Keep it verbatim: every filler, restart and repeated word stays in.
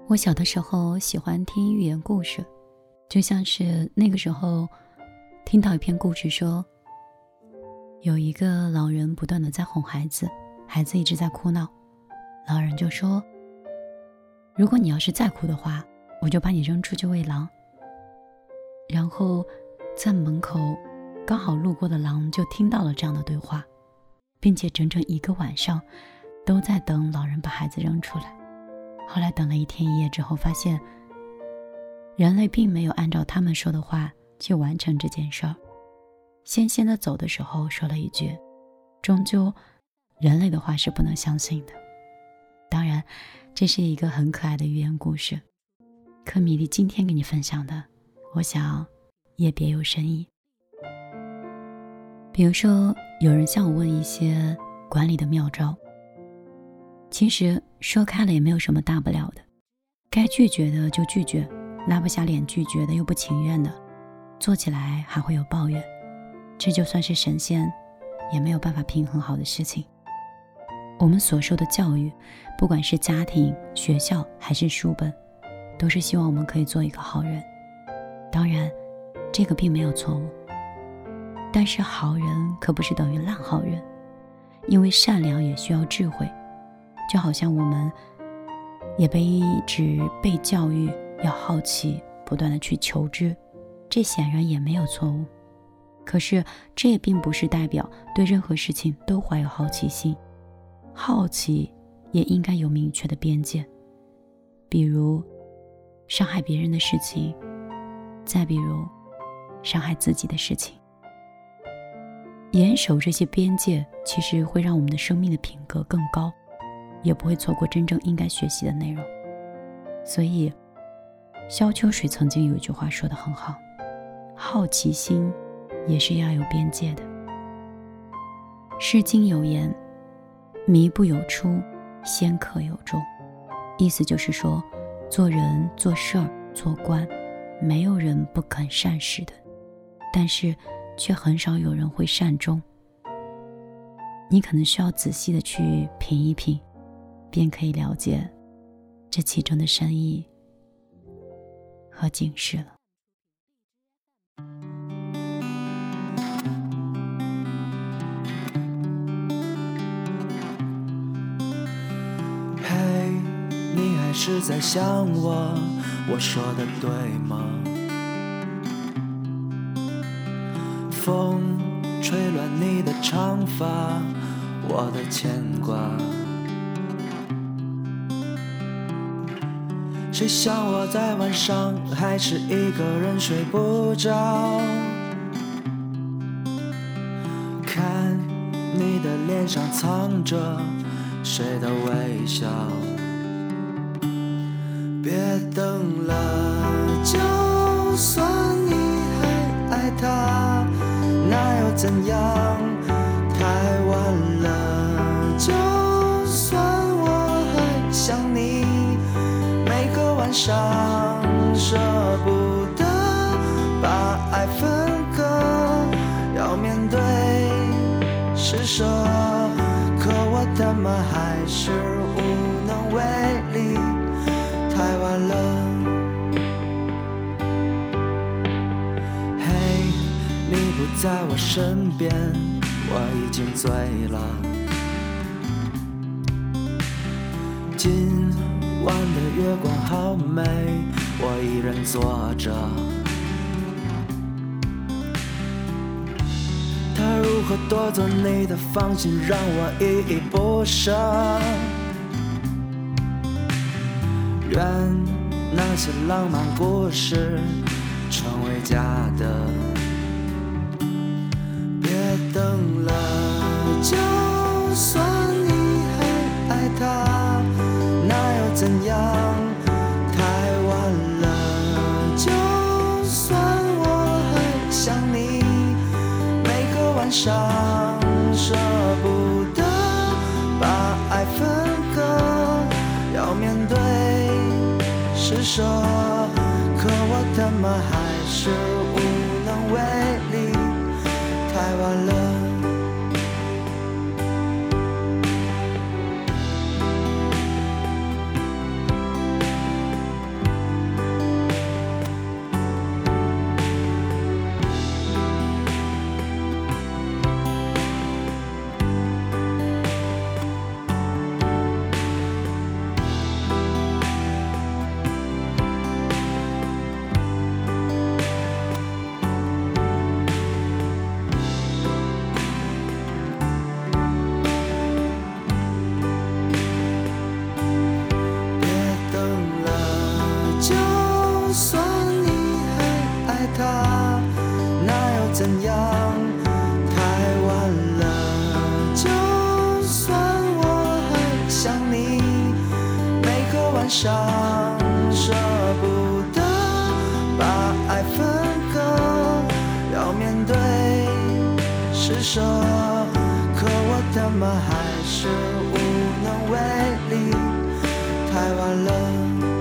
我小的时候喜欢听寓言故事，就像是那个时候听到一篇故事说，有一个老人不断地在哄孩子，孩子一直在哭闹，老人就说，如果你要是再哭的话，我就把你扔出去喂狼。然后在门口刚好路过的狼就听到了这样的对话，并且整整一个晚上都在等老人把孩子扔出来。后来等了一天一夜之后，发现人类并没有按照他们说的话去完成这件事儿。先先的走的时候说了一句，终究人类的话是不能相信的。当然这是一个很可爱的寓言故事，可米粒今天给你分享的，我想也别有深意。比如说有人向我问一些管理的妙招，其实说开了也没有什么大不了的，该拒绝的就拒绝，拉不下脸拒绝的又不情愿的，做起来还会有抱怨，这就算是神仙也没有办法平衡好的事情。我们所受的教育，不管是家庭、学校还是书本，都是希望我们可以做一个好人。当然这个并没有错误，但是好人可不是等于烂好人，因为善良也需要智慧。就好像我们也被一直被教育要好奇，不断的去求知，这显然也没有错误。可是这也并不是代表对任何事情都怀有好奇心，好奇也应该有明确的边界，比如伤害别人的事情，再比如伤害自己的事情。严守这些边界，其实会让我们的生命的品格更高，也不会错过真正应该学习的内容。所以萧秋水曾经有一句话说得很好，好奇心也是要有边界的。诗经有言，迷不有出，仙客有终。意思就是说，做人做事儿做官，没有人不肯善始的，但是却很少有人会善终。你可能需要仔细的去品一品，便可以了解这其中的深意和警示了。 嘿，你还是在想我，我说的对吗？风吹乱你的长发，我的牵挂。谁想我在晚上还是一个人睡不着，看你的脸上藏着谁的微笑。别等了，就算你还爱他，那又怎样？太晚了，就算我还想你，每个晚上舍不得把爱分割，要面对施舍，可我他妈还是无能为力，太晚了。嘿，你不在我身边，我已经醉了。今晚的月光好美，我一人坐着。他如何夺走你的芳心，让我依依不舍。愿那些浪漫故事成为假的。别等了，就算你还爱他，那又怎样？太晚了，就算我还想你，每个晚上舍不得把爱分割，要面对施舍，可我他妈还是无能为力，太晚了。 晚上舍不得把爱分割，要面对施舍，可我他妈还是无能为力，太晚了。